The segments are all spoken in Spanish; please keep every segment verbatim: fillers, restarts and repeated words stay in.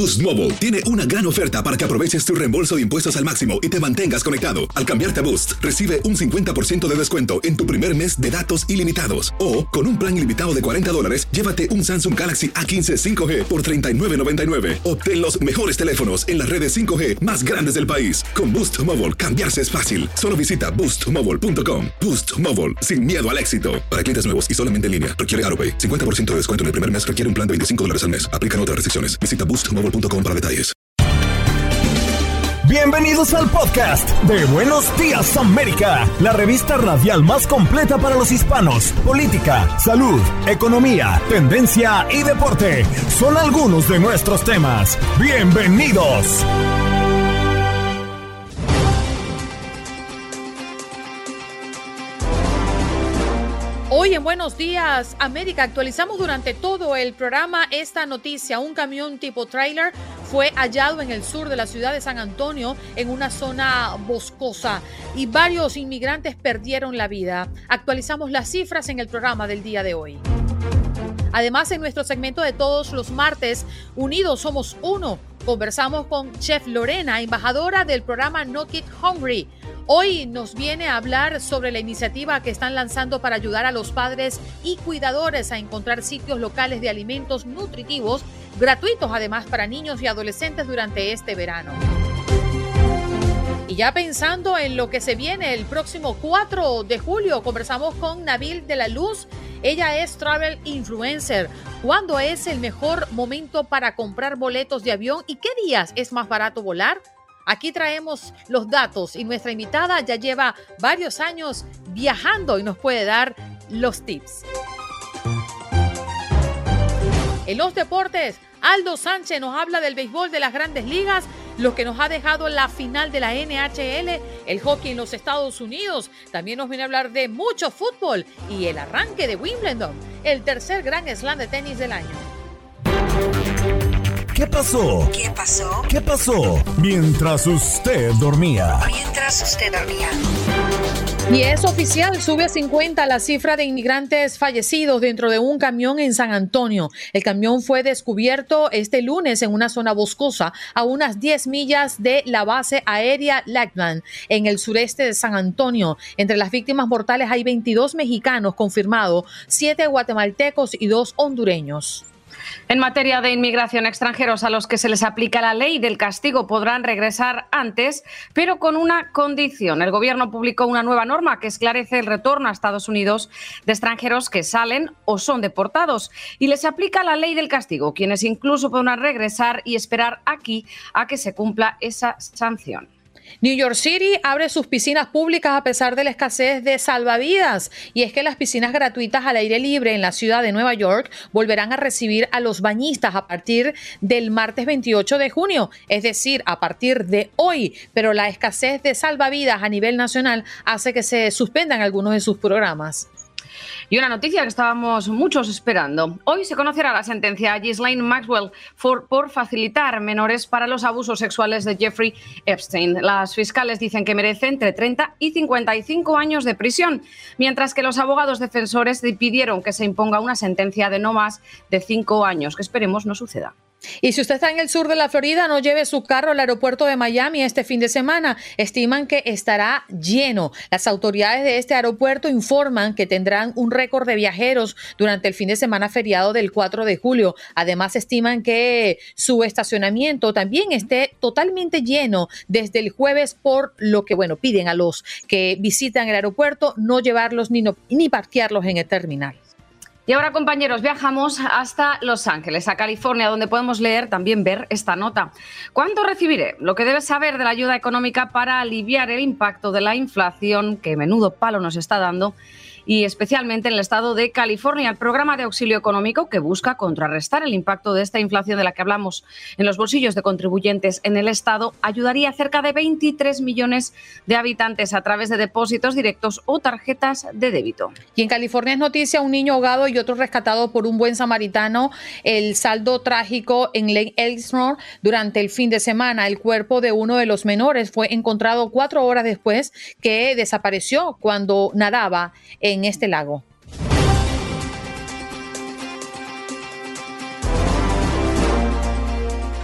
Boost Mobile tiene una gran oferta para que aproveches tu reembolso de impuestos al máximo y te mantengas conectado. Al cambiarte a Boost, recibe un cincuenta por ciento de descuento en tu primer mes de datos ilimitados. O, con un plan ilimitado de cuarenta dólares, llévate un Samsung Galaxy A quince cinco G por treinta y nueve noventa y nueve. Obtén los mejores teléfonos en las redes cinco G más grandes del país. Con Boost Mobile, cambiarse es fácil. Solo visita boost mobile punto com. Boost Mobile, sin miedo al éxito. Para clientes nuevos y solamente en línea, requiere AutoPay. cincuenta por ciento de descuento en el primer mes requiere un plan de veinticinco dólares al mes. Aplican otras restricciones. Visita boost mobile punto com para detalles. Bienvenidos al podcast de Buenos Días América, la revista radial más completa para los hispanos. Política, salud, economía, tendencia y deporte son algunos de nuestros temas. Bienvenidos. Hoy en Buenos Días América actualizamos durante todo el programa esta noticia. Un camión tipo tráiler fue hallado en el sur de la ciudad de San Antonio en una zona boscosa y varios inmigrantes perdieron la vida. Actualizamos las cifras en el programa del día de hoy. Además, en nuestro segmento de todos los martes, Unidos Somos Uno, conversamos con Chef Lorena, embajadora del programa No Kid Hungry. Hoy nos viene a hablar sobre la iniciativa que están lanzando para ayudar a los padres y cuidadores a encontrar sitios locales de alimentos nutritivos, gratuitos además para niños y adolescentes durante este verano. Y ya pensando en lo que se viene el próximo cuatro de julio, conversamos con Nabil de la Luz. Ella es travel influencer. ¿Cuándo es el mejor momento para comprar boletos de avión y qué días es más barato volar? Aquí traemos los datos y nuestra invitada ya lleva varios años viajando y nos puede dar los tips. En los deportes, Aldo Sánchez nos habla del béisbol de las Grandes Ligas, lo que nos ha dejado la final de la N H L, el hockey en los Estados Unidos. También nos viene a hablar de mucho fútbol y el arranque de Wimbledon, el tercer Grand Slam de tenis del año. ¿Qué pasó? ¿Qué pasó? ¿Qué pasó? Mientras usted dormía. Mientras usted dormía. Y es oficial, sube a cincuenta la cifra de inmigrantes fallecidos dentro de un camión en San Antonio. El camión fue descubierto este lunes en una zona boscosa a unas diez millas de la base aérea Lackland, en el sureste de San Antonio. Entre las víctimas mortales hay veintidós mexicanos confirmados, siete guatemaltecos y dos hondureños. En materia de inmigración, extranjeros a los que se les aplica la ley del castigo podrán regresar antes, pero con una condición. El gobierno publicó una nueva norma que esclarece el retorno a Estados Unidos de extranjeros que salen o son deportados y les aplica la ley del castigo, quienes incluso podrán regresar y esperar aquí a que se cumpla esa sanción. New York City abre sus piscinas públicas a pesar de la escasez de salvavidas. Y es que las piscinas gratuitas al aire libre en la ciudad de Nueva York volverán a recibir a los bañistas a partir del martes veintiocho de junio, es decir, a partir de hoy. Pero la escasez de salvavidas a nivel nacional hace que se suspendan algunos de sus programas. Y una noticia que estábamos muchos esperando. Hoy se conocerá la sentencia a Ghislaine Maxwell por, por facilitar menores para los abusos sexuales de Jeffrey Epstein. Las fiscales dicen que merece entre treinta y cincuenta y cinco años de prisión, mientras que los abogados defensores pidieron que se imponga una sentencia de no más de cinco años, que esperemos no suceda. Y si usted está en el sur de la Florida, no lleve su carro al aeropuerto de Miami este fin de semana. Estiman que estará lleno. Las autoridades de este aeropuerto informan que tendrán un récord de viajeros durante el fin de semana feriado del cuatro de julio. Además, estiman que su estacionamiento también esté totalmente lleno desde el jueves, por lo que, bueno, piden a los que visitan el aeropuerto no llevarlos ni, no, ni parquearlos en el terminal. Y ahora, compañeros, viajamos hasta Los Ángeles, a California, donde podemos leer, también ver esta nota. ¿Cuánto recibiré? Lo que debes saber de la ayuda económica para aliviar el impacto de la inflación, que menudo palo nos está dando, y especialmente en el estado de California. El programa de auxilio económico que busca contrarrestar el impacto de esta inflación de la que hablamos en los bolsillos de contribuyentes en el estado ayudaría a cerca de veintitrés millones de habitantes a través de depósitos directos o tarjetas de débito. Y en California es noticia un niño ahogado y otro rescatado por un buen samaritano. El saldo trágico en Lake Elsinore durante el fin de semana. El cuerpo de uno de los menores fue encontrado cuatro horas después que desapareció cuando nadaba en este lago.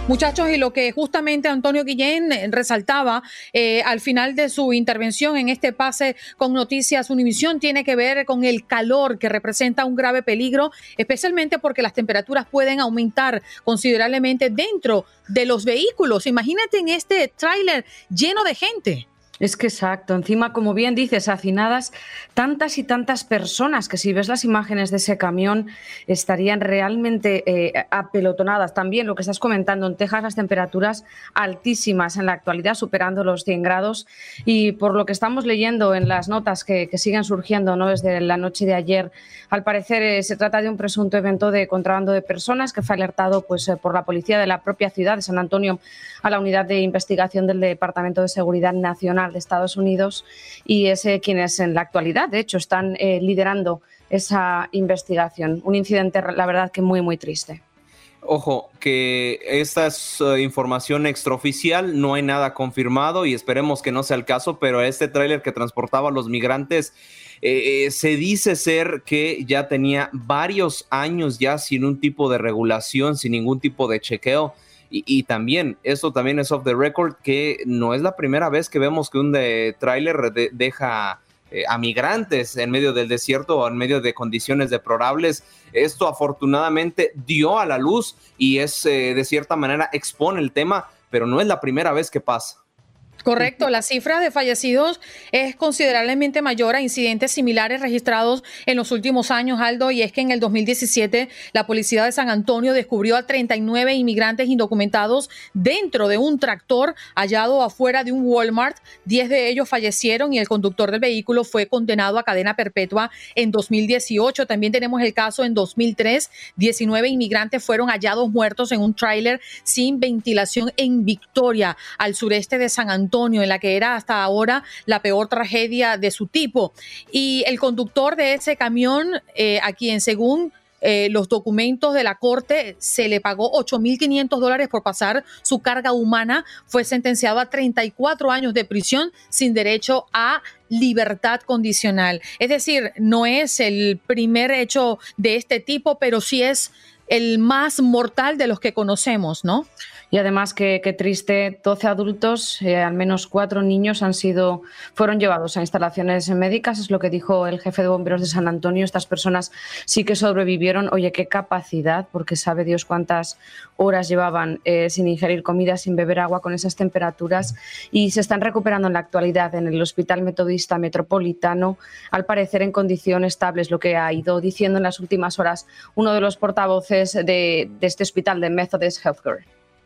Muchachos, y lo que justamente Antonio Guillén resaltaba eh, al final de su intervención en este pase con Noticias Univisión tiene que ver con el calor que representa un grave peligro, especialmente porque las temperaturas pueden aumentar considerablemente dentro de los vehículos. Imagínate en este tráiler lleno de gente. Es que exacto, encima, como bien dices, hacinadas tantas y tantas personas que si ves las imágenes de ese camión estarían realmente eh, apelotonadas. También lo que estás comentando, en Texas las temperaturas altísimas en la actualidad, superando los cien grados, y por lo que estamos leyendo en las notas que, que siguen surgiendo, ¿no?, desde la noche de ayer, al parecer eh, se trata de un presunto evento de contrabando de personas que fue alertado pues, eh, por la policía de la propia ciudad de San Antonio a la unidad de investigación del Departamento de Seguridad Nacional de Estados Unidos, y es eh, quienes en la actualidad, de hecho, están eh, liderando esa investigación. Un incidente, la verdad, que muy, muy triste. Ojo, que esta es uh, información extraoficial, no hay nada confirmado y esperemos que no sea el caso, pero este tráiler que transportaba a los migrantes eh, eh, se dice ser que ya tenía varios años ya sin un tipo de regulación, sin ningún tipo de chequeo. Y, y también, esto también es off the record, que no es la primera vez que vemos que un de tráiler de, deja eh, a migrantes en medio del desierto o en medio de condiciones deplorables. Esto afortunadamente dio a la luz y es eh, de cierta manera expone el tema, pero no es la primera vez que pasa. Correcto, la cifra de fallecidos es considerablemente mayor a incidentes similares registrados en los últimos años, Aldo, y es que en el dos mil diecisiete la policía de San Antonio descubrió a treinta y nueve inmigrantes indocumentados dentro de un tractor hallado afuera de un Walmart. diez de ellos fallecieron y el conductor del vehículo fue condenado a cadena perpetua en dos mil dieciocho. También tenemos el caso en dos mil tres, diecinueve inmigrantes fueron hallados muertos en un tráiler sin ventilación en Victoria, al sureste de San Antonio, en la que era hasta ahora la peor tragedia de su tipo. Y el conductor de ese camión, eh, a quien según eh, los documentos de la corte se le pagó ocho mil quinientos dólares por pasar su carga humana, fue sentenciado a treinta y cuatro años de prisión sin derecho a libertad condicional. Es decir, no es el primer hecho de este tipo, pero sí es el más mortal de los que conocemos, ¿no? Y además, qué triste, doce adultos, eh, al menos cuatro niños han sido, fueron llevados a instalaciones médicas, es lo que dijo el jefe de bomberos de San Antonio. Estas personas sí que sobrevivieron. Oye, qué capacidad, porque sabe Dios cuántas horas llevaban eh, sin ingerir comida, sin beber agua, con esas temperaturas, y se están recuperando en la actualidad en el Hospital Metodista Metropolitano, al parecer en condiciones estables, lo que ha ido diciendo en las últimas horas uno de los portavoces de, de este hospital, de Methodist Healthcare.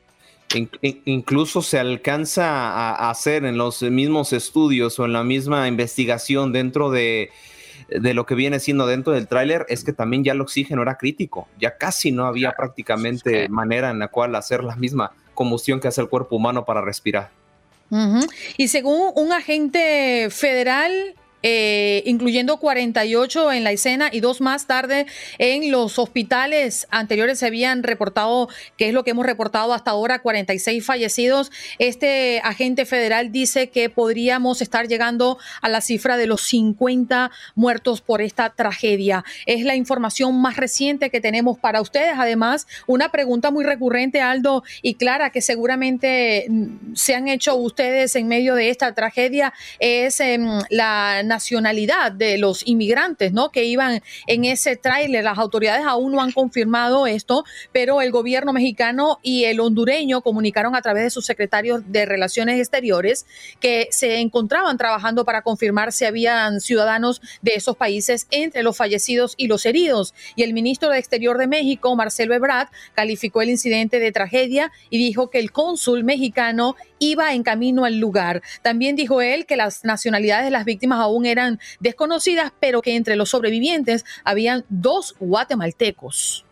Incluso se alcanza a hacer en los mismos estudios o en la misma investigación dentro de, de lo que viene siendo dentro del tráiler, es que también ya el oxígeno era crítico, ya casi no había prácticamente manera en la cual hacer la misma combustión que hace el cuerpo humano para respirar. Uh-huh. Y según un agente federal, Eh, incluyendo cuarenta y ocho en la escena y dos más tarde en los hospitales anteriores, se habían reportado, que es lo que hemos reportado hasta ahora, cuarenta y seis fallecidos. Este agente federal dice que podríamos estar llegando a la cifra de los cincuenta muertos por esta tragedia. Es la información más reciente que tenemos para ustedes. Además, una pregunta muy recurrente, Aldo y Clara, que seguramente se han hecho ustedes en medio de esta tragedia, es eh, la nacionalidad de los inmigrantes, ¿no?, que iban en ese tráiler. Las autoridades aún no han confirmado esto, pero el gobierno mexicano y el hondureño comunicaron a través de sus secretarios de Relaciones Exteriores que se encontraban trabajando para confirmar si habían ciudadanos de esos países entre los fallecidos y los heridos. Y el ministro de Exterior de México, Marcelo Ebrard, calificó el incidente de tragedia y dijo que el cónsul mexicano iba en camino al lugar. También dijo él que las nacionalidades de las víctimas aún eran desconocidas, pero que entre los sobrevivientes habían dos guatemaltecos.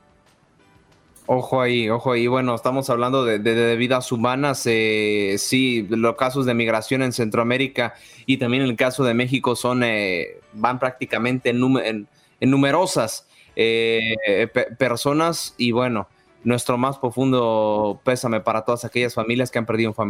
Ojo ahí, ojo ahí. Bueno, estamos hablando de, de, de vidas humanas. Eh, sí, los casos de migración en Centroamérica y también el caso de México son eh, van prácticamente en, en, en numerosas eh, pe- personas y bueno, nuestro más profundo pésame para todas aquellas familias que han perdido un familiar.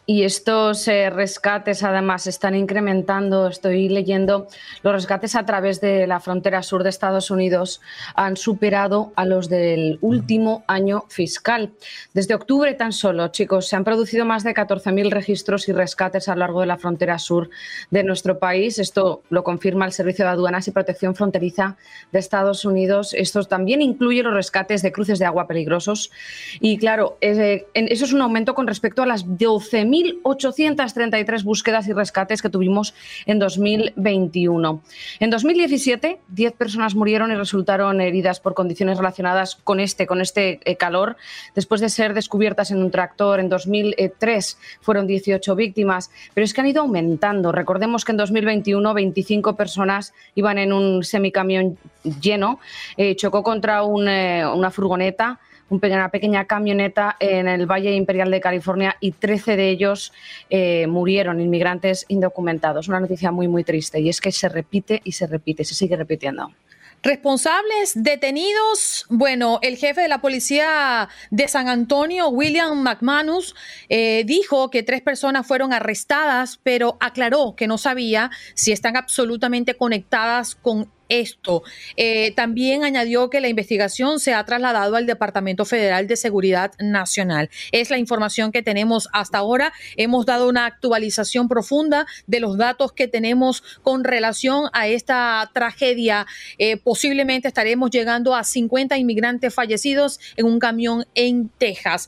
Y estos eh, rescates además están incrementando. Estoy leyendo, los rescates a través de la frontera sur de Estados Unidos han superado a los del último año fiscal. Desde octubre tan solo, chicos, se han producido más de catorce mil registros y rescates a lo largo de la frontera sur de nuestro país. Esto lo confirma el Servicio de Aduanas y Protección Fronteriza de Estados Unidos. Esto también incluye los rescates de cruces de agua peligrosos. Y claro, eh, eso es un aumento con respecto a las doce mil mil ochocientas treinta y tres búsquedas y rescates que tuvimos en dos mil veintiuno. En dos mil diecisiete, diez personas murieron y resultaron heridas por condiciones relacionadas con este, con este eh, calor, después de ser descubiertas en un tractor. En dos mil tres fueron dieciocho víctimas, pero es que han ido aumentando. Recordemos que en dos mil veintiuno veinticinco personas iban en un semicamión lleno, eh, chocó contra un, eh, una furgoneta, una pequeña camioneta en el Valle Imperial de California, y trece de ellos eh, murieron, inmigrantes indocumentados. Una noticia muy, muy triste, y es que se repite y se repite, se sigue repitiendo. Responsables detenidos. Bueno, el jefe de la policía de San Antonio, William McManus, eh, dijo que tres personas fueron arrestadas, pero aclaró que no sabía si están absolutamente conectadas con esto. Eh, también añadió que la investigación se ha trasladado al Departamento Federal de Seguridad Nacional. Es la información que tenemos hasta ahora. Hemos dado una actualización profunda de los datos que tenemos con relación a esta tragedia. Eh, posiblemente estaremos llegando a cincuenta inmigrantes fallecidos en un camión en Texas.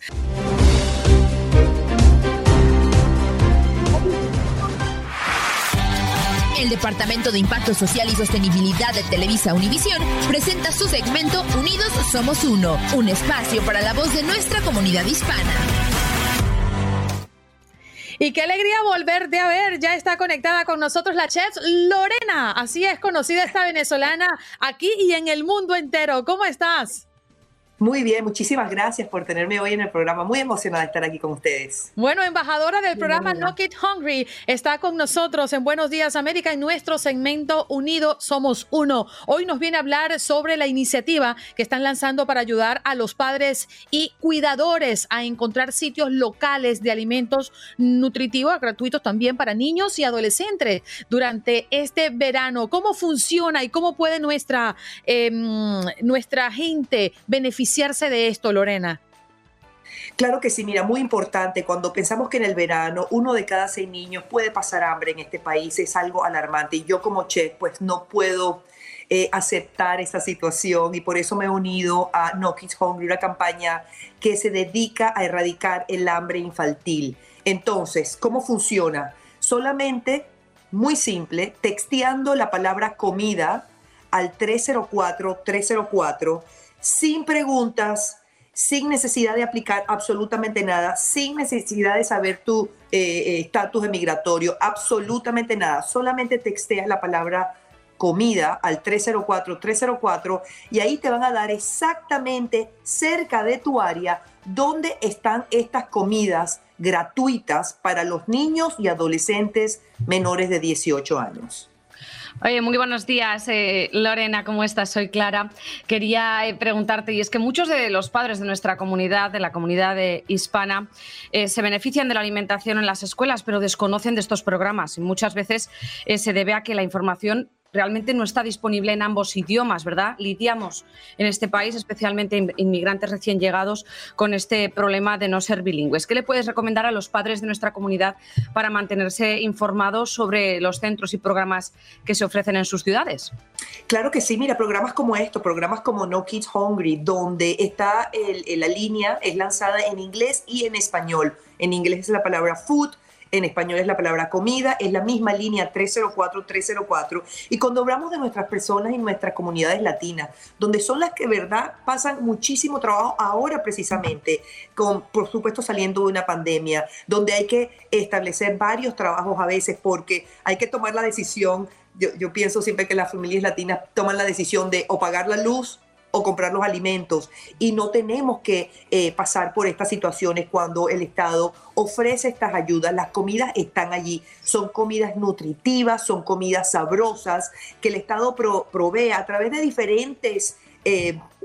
El Departamento de Impacto Social y Sostenibilidad de Televisa Univisión presenta su segmento Unidos Somos Uno, un espacio para la voz de nuestra comunidad hispana. Y qué alegría volverte a ver. Ya está conectada con nosotros la chef Lorena. Así es conocida esta venezolana aquí y en el mundo entero. ¿Cómo estás? Muy bien, muchísimas gracias por tenerme hoy en el programa. Muy emocionada de estar aquí con ustedes. Bueno, embajadora del programa No Kid Hungry está con nosotros en Buenos Días América en nuestro segmento Unidos Somos Uno. Hoy nos viene a hablar sobre la iniciativa que están lanzando para ayudar a los padres y cuidadores a encontrar sitios locales de alimentos nutritivos, gratuitos también para niños y adolescentes durante este verano. ¿Cómo funciona y cómo puede nuestra, eh, nuestra gente beneficiarse de esto, Lorena? Claro que sí, mira, muy importante. Cuando pensamos que en el verano uno de cada seis niños puede pasar hambre en este país, es algo alarmante. Y yo como chef, pues no puedo eh, aceptar esa situación, y por eso me he unido a No Kids Hungry, una campaña que se dedica a erradicar el hambre infantil. Entonces, ¿cómo funciona? Solamente, muy simple, texteando la palabra comida al tres cero cuatro, tres cero cuatro, sin preguntas, sin necesidad de aplicar absolutamente nada, sin necesidad de saber tu estatus eh, migratorio, absolutamente nada. Solamente texteas la palabra comida al tres cero cuatro, tres cero cuatro y ahí te van a dar exactamente cerca de tu área dónde están estas comidas gratuitas para los niños y adolescentes menores de dieciocho años. Oye, muy buenos días, eh, Lorena, ¿cómo estás? Soy Clara. Quería eh, preguntarte, y es que muchos de los padres de nuestra comunidad, de la comunidad eh, hispana, eh, se benefician de la alimentación en las escuelas, pero desconocen de estos programas, y muchas veces eh, se debe a que la información realmente no está disponible en ambos idiomas, ¿verdad? Lidiamos en este país, especialmente inmigrantes recién llegados, con este problema de no ser bilingües. ¿Qué le puedes recomendar a los padres de nuestra comunidad para mantenerse informados sobre los centros y programas que se ofrecen en sus ciudades? Claro que sí, mira, programas como estos, programas como No Kids Hungry, donde está el, el, la línea, es lanzada en inglés y en español. En inglés es la palabra food, en español es la palabra comida, es la misma línea tres cero cuatro, tres cero cuatro. Y cuando hablamos de nuestras personas y nuestras comunidades latinas, donde son las que de verdad pasan muchísimo trabajo ahora precisamente, con, por supuesto saliendo de una pandemia, donde hay que establecer varios trabajos a veces porque hay que tomar la decisión. Yo, yo pienso siempre que las familias latinas toman la decisión de o pagar la luz o comprar los alimentos, y no tenemos que eh, pasar por estas situaciones cuando el Estado ofrece estas ayudas. Las comidas están allí, son comidas nutritivas, son comidas sabrosas que el Estado pro, provee a través de diferentes eh,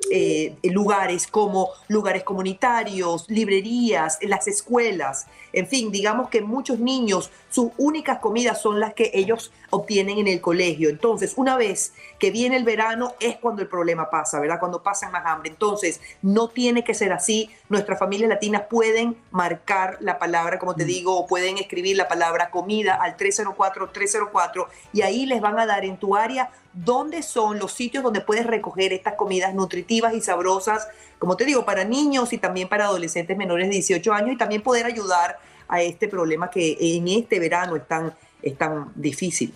eh, lugares como lugares comunitarios, librerías, las escuelas. En fin, digamos que muchos niños, sus únicas comidas son las que ellos obtienen en el colegio. Entonces, una vez que viene el verano es cuando el problema pasa, ¿verdad? Cuando pasan más hambre. Entonces, no tiene que ser así. Nuestras familias latinas pueden marcar la palabra, como te digo, o pueden escribir la palabra comida al tres cero cuatro, tres cero cuatro y ahí les van a dar en tu área dónde son los sitios donde puedes recoger estas comidas nutritivas y sabrosas, como te digo, para niños y también para adolescentes menores de dieciocho años y también poder ayudar a este problema que en este verano es tan, es tan difícil.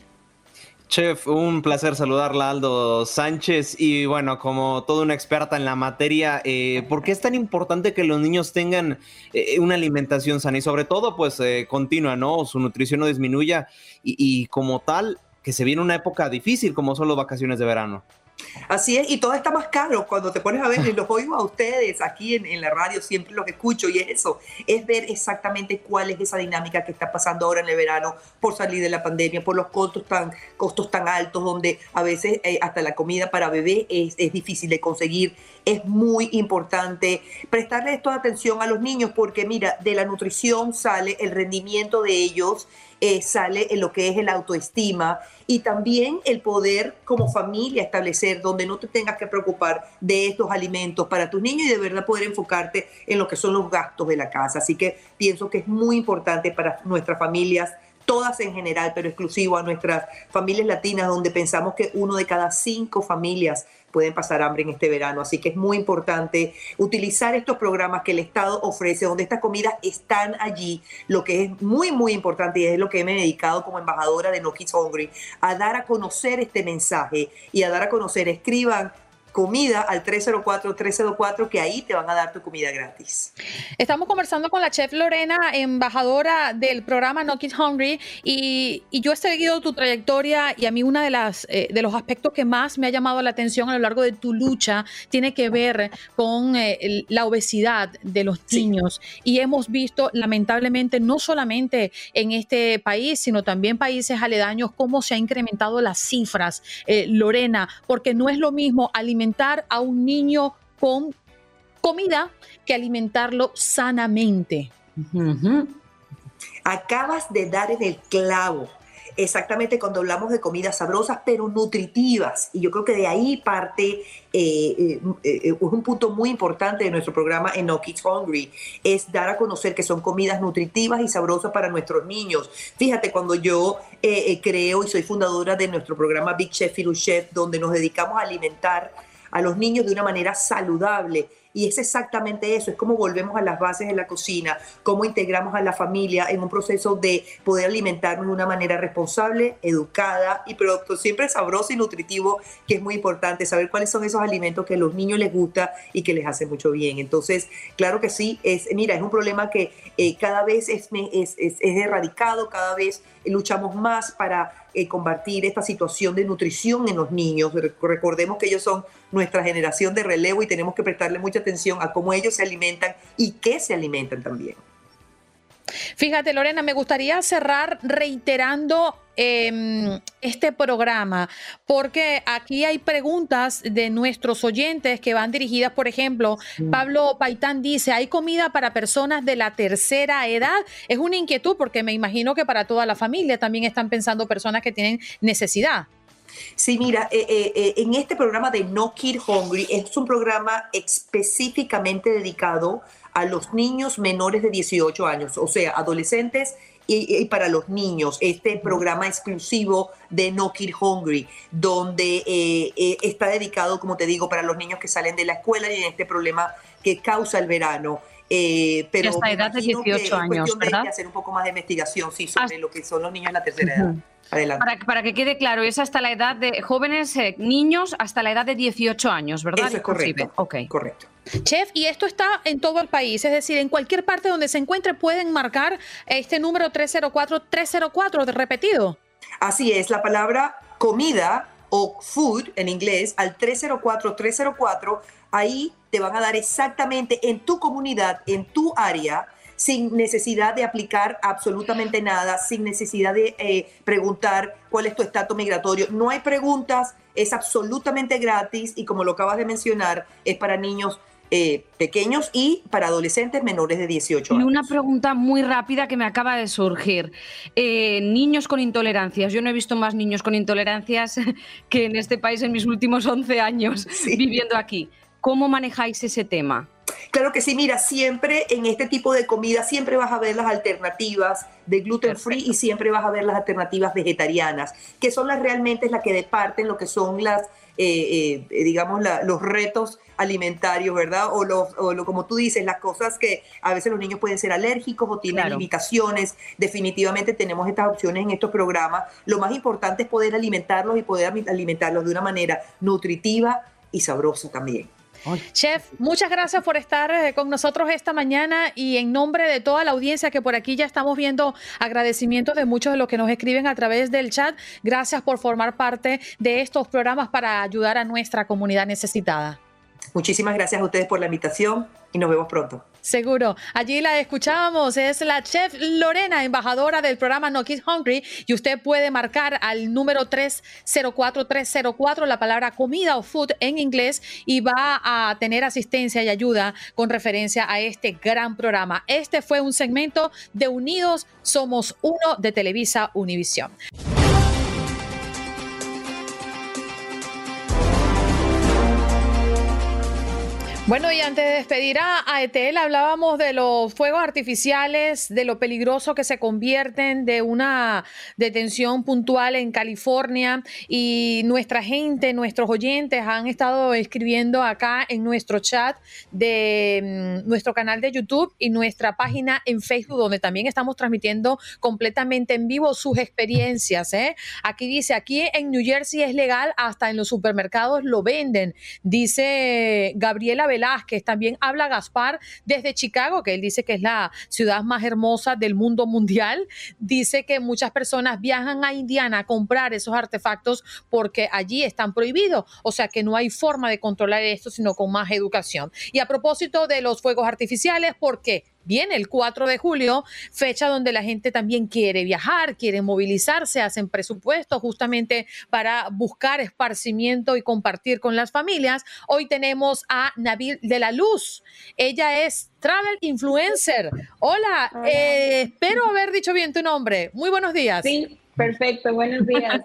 Chef, un placer saludarla, Aldo Sánchez, y bueno, como toda una experta en la materia, eh, ¿por qué es tan importante que los niños tengan eh, una alimentación sana y sobre todo, pues, eh, continua, ¿no? Su nutrición no disminuya y, y como tal, que se viene una época difícil como son las vacaciones de verano? Así es, y todo está más caro cuando te pones a ver, y los oigo a ustedes aquí en, en la radio, siempre los escucho, y es eso, es ver exactamente cuál es esa dinámica que está pasando ahora en el verano por salir de la pandemia, por los costos tan, costos tan altos, donde a veces eh, hasta la comida para bebé es, es difícil de conseguir. Es muy importante prestarle toda atención a los niños porque, mira, de la nutrición sale el rendimiento de ellos, eh, sale en lo que es el autoestima y también el poder como familia establecer donde no te tengas que preocupar de estos alimentos para tus niños y de verdad poder enfocarte en lo que son los gastos de la casa. Así que pienso que es muy importante para nuestras familias, todas en general, pero exclusivo a nuestras familias latinas, donde pensamos que uno de cada cinco familias pueden pasar hambre en este verano. Así que es muy importante utilizar estos programas que el Estado ofrece, donde estas comidas están allí. Lo que es muy, muy importante, y es lo que me he dedicado como embajadora de No Kids Hungry, a dar a conocer este mensaje y a dar a conocer, escriban comida al tres cero cuatro, tres cero cuatro, que ahí te van a dar tu comida gratis. Estamos conversando con la chef Lorena, embajadora del programa No Kids Hungry, y, y yo he seguido tu trayectoria y a mí uno de, las, eh, de los aspectos que más me ha llamado la atención a lo largo de tu lucha tiene que ver con eh, el, la obesidad de los niños. Sí. Y hemos visto lamentablemente no solamente en este país, sino también países aledaños cómo se han incrementado las cifras, eh, Lorena, porque no es lo mismo alimentar a un niño con comida que alimentarlo sanamente. Uh-huh. Acabas de dar en el clavo. Exactamente cuando hablamos de comidas sabrosas pero nutritivas, y yo creo que de ahí parte eh, eh, eh, un punto muy importante de nuestro programa en No Kids Hungry, es dar a conocer que son comidas nutritivas y sabrosas para nuestros niños. Fíjate, cuando yo eh, eh, creo y soy fundadora de nuestro programa Big Chef Little Chef, donde nos dedicamos a alimentar a los niños de una manera saludable. Y es exactamente eso, es como volvemos a las bases de la cocina, cómo integramos a la familia en un proceso de poder alimentarnos de una manera responsable, educada, y pero siempre sabroso y nutritivo, que es muy importante saber cuáles son esos alimentos que a los niños les gusta y que les hacen mucho bien. Entonces, claro que sí, es, mira, es un problema que eh, cada vez es, es, es, es erradicado, cada vez luchamos más para eh, combatir esta situación de nutrición en los niños. Recordemos que ellos son nuestra generación de relevo y tenemos que prestarle mucha atención a cómo ellos se alimentan y qué se alimentan también. Fíjate, Lorena, me gustaría cerrar reiterando eh, este programa, porque aquí hay preguntas de nuestros oyentes que van dirigidas, por ejemplo, mm. Pablo Paitán dice, ¿hay comida para personas de la tercera edad? Es una inquietud porque me imagino que para toda la familia también están pensando personas que tienen necesidad. Sí, mira, eh, eh, en este programa de No Kid Hungry es un programa específicamente dedicado a los niños menores de dieciocho años, o sea, adolescentes y, y para los niños. Este programa exclusivo de No Kid Hungry, donde eh, eh, está dedicado, como te digo, para los niños que salen de la escuela y en este problema que causa el verano. Eh, pero hasta edad de dieciocho años, ¿verdad? Hay que hacer un poco más de investigación, sí, sobre hasta... lo que son los niños en la tercera edad. Uh-huh. Adelante. Para, para que quede claro, es hasta la edad de jóvenes, eh, niños, hasta la edad de dieciocho años, ¿verdad? Eso es correcto. Okay. Correcto. Chef, y esto está en todo el país, es decir, en cualquier parte donde se encuentre pueden marcar este número tres cero cuatro, tres cero cuatro, repetido. Así es, la palabra comida o food en inglés al tres cero cuatro, tres cero cuatro, ahí te van a dar exactamente en tu comunidad, en tu área, sin necesidad de aplicar absolutamente nada, sin necesidad de eh, preguntar cuál es tu estatus migratorio. No hay preguntas, es absolutamente gratis y como lo acabas de mencionar, es para niños Eh, pequeños y para adolescentes menores de dieciocho años. Y una pregunta muy rápida que me acaba de surgir. Eh, niños con intolerancias. Yo no he visto más niños con intolerancias que en este país en mis últimos once años sí. viviendo aquí. ¿Cómo manejáis ese tema? Claro que sí, mira, siempre en este tipo de comida siempre vas a ver las alternativas de gluten free y siempre vas a ver las alternativas vegetarianas, que son las realmente las que departen lo que son las, eh, eh, digamos, la, los retos alimentarios, ¿verdad? O, los, o lo, como tú dices, las cosas que a veces los niños pueden ser alérgicos o tienen claro. limitaciones. Definitivamente tenemos estas opciones en estos programas. Lo más importante es poder alimentarlos y poder alimentarlos de una manera nutritiva y sabrosa también. Chef, muchas gracias por estar con nosotros esta mañana y en nombre de toda la audiencia que por aquí ya estamos viendo agradecimientos de muchos de los que nos escriben a través del chat. Gracias por formar parte de estos programas para ayudar a nuestra comunidad necesitada. Muchísimas gracias a ustedes por la invitación y nos vemos pronto. Seguro. Allí la escuchábamos, es la chef Lorena, embajadora del programa No Kids Hungry, y usted puede marcar al número tres cero cuatro tres cero cuatro la palabra comida o food en inglés y va a tener asistencia y ayuda con referencia a este gran programa. Este fue un segmento de Unidos Somos Uno de Televisa Univisión. Bueno, y antes de despedir a, a Etel, hablábamos de los fuegos artificiales, de lo peligroso que se convierten, de una detención puntual en California, y nuestra gente, nuestros oyentes han estado escribiendo acá en nuestro chat de um, nuestro canal de YouTube y nuestra página en Facebook, donde también estamos transmitiendo completamente en vivo sus experiencias, ¿eh? Aquí dice, aquí en New Jersey es legal, hasta en los supermercados lo venden, dice Gabriela Velázquez. También habla Gaspar desde Chicago, que él dice que es la ciudad más hermosa del mundo mundial. Dice que muchas personas viajan a Indiana a comprar esos artefactos porque allí están prohibidos. O sea que no hay forma de controlar esto sino con más educación. Y a propósito de los fuegos artificiales, ¿por qué? Viene el cuatro de julio, fecha donde la gente también quiere viajar, quiere movilizarse, hacen presupuestos justamente para buscar esparcimiento y compartir con las familias. Hoy tenemos a Nabil de la Luz. Ella es travel influencer. Hola, Hola. Eh, espero haber dicho bien tu nombre. Muy buenos días. Sí, perfecto, buenos días.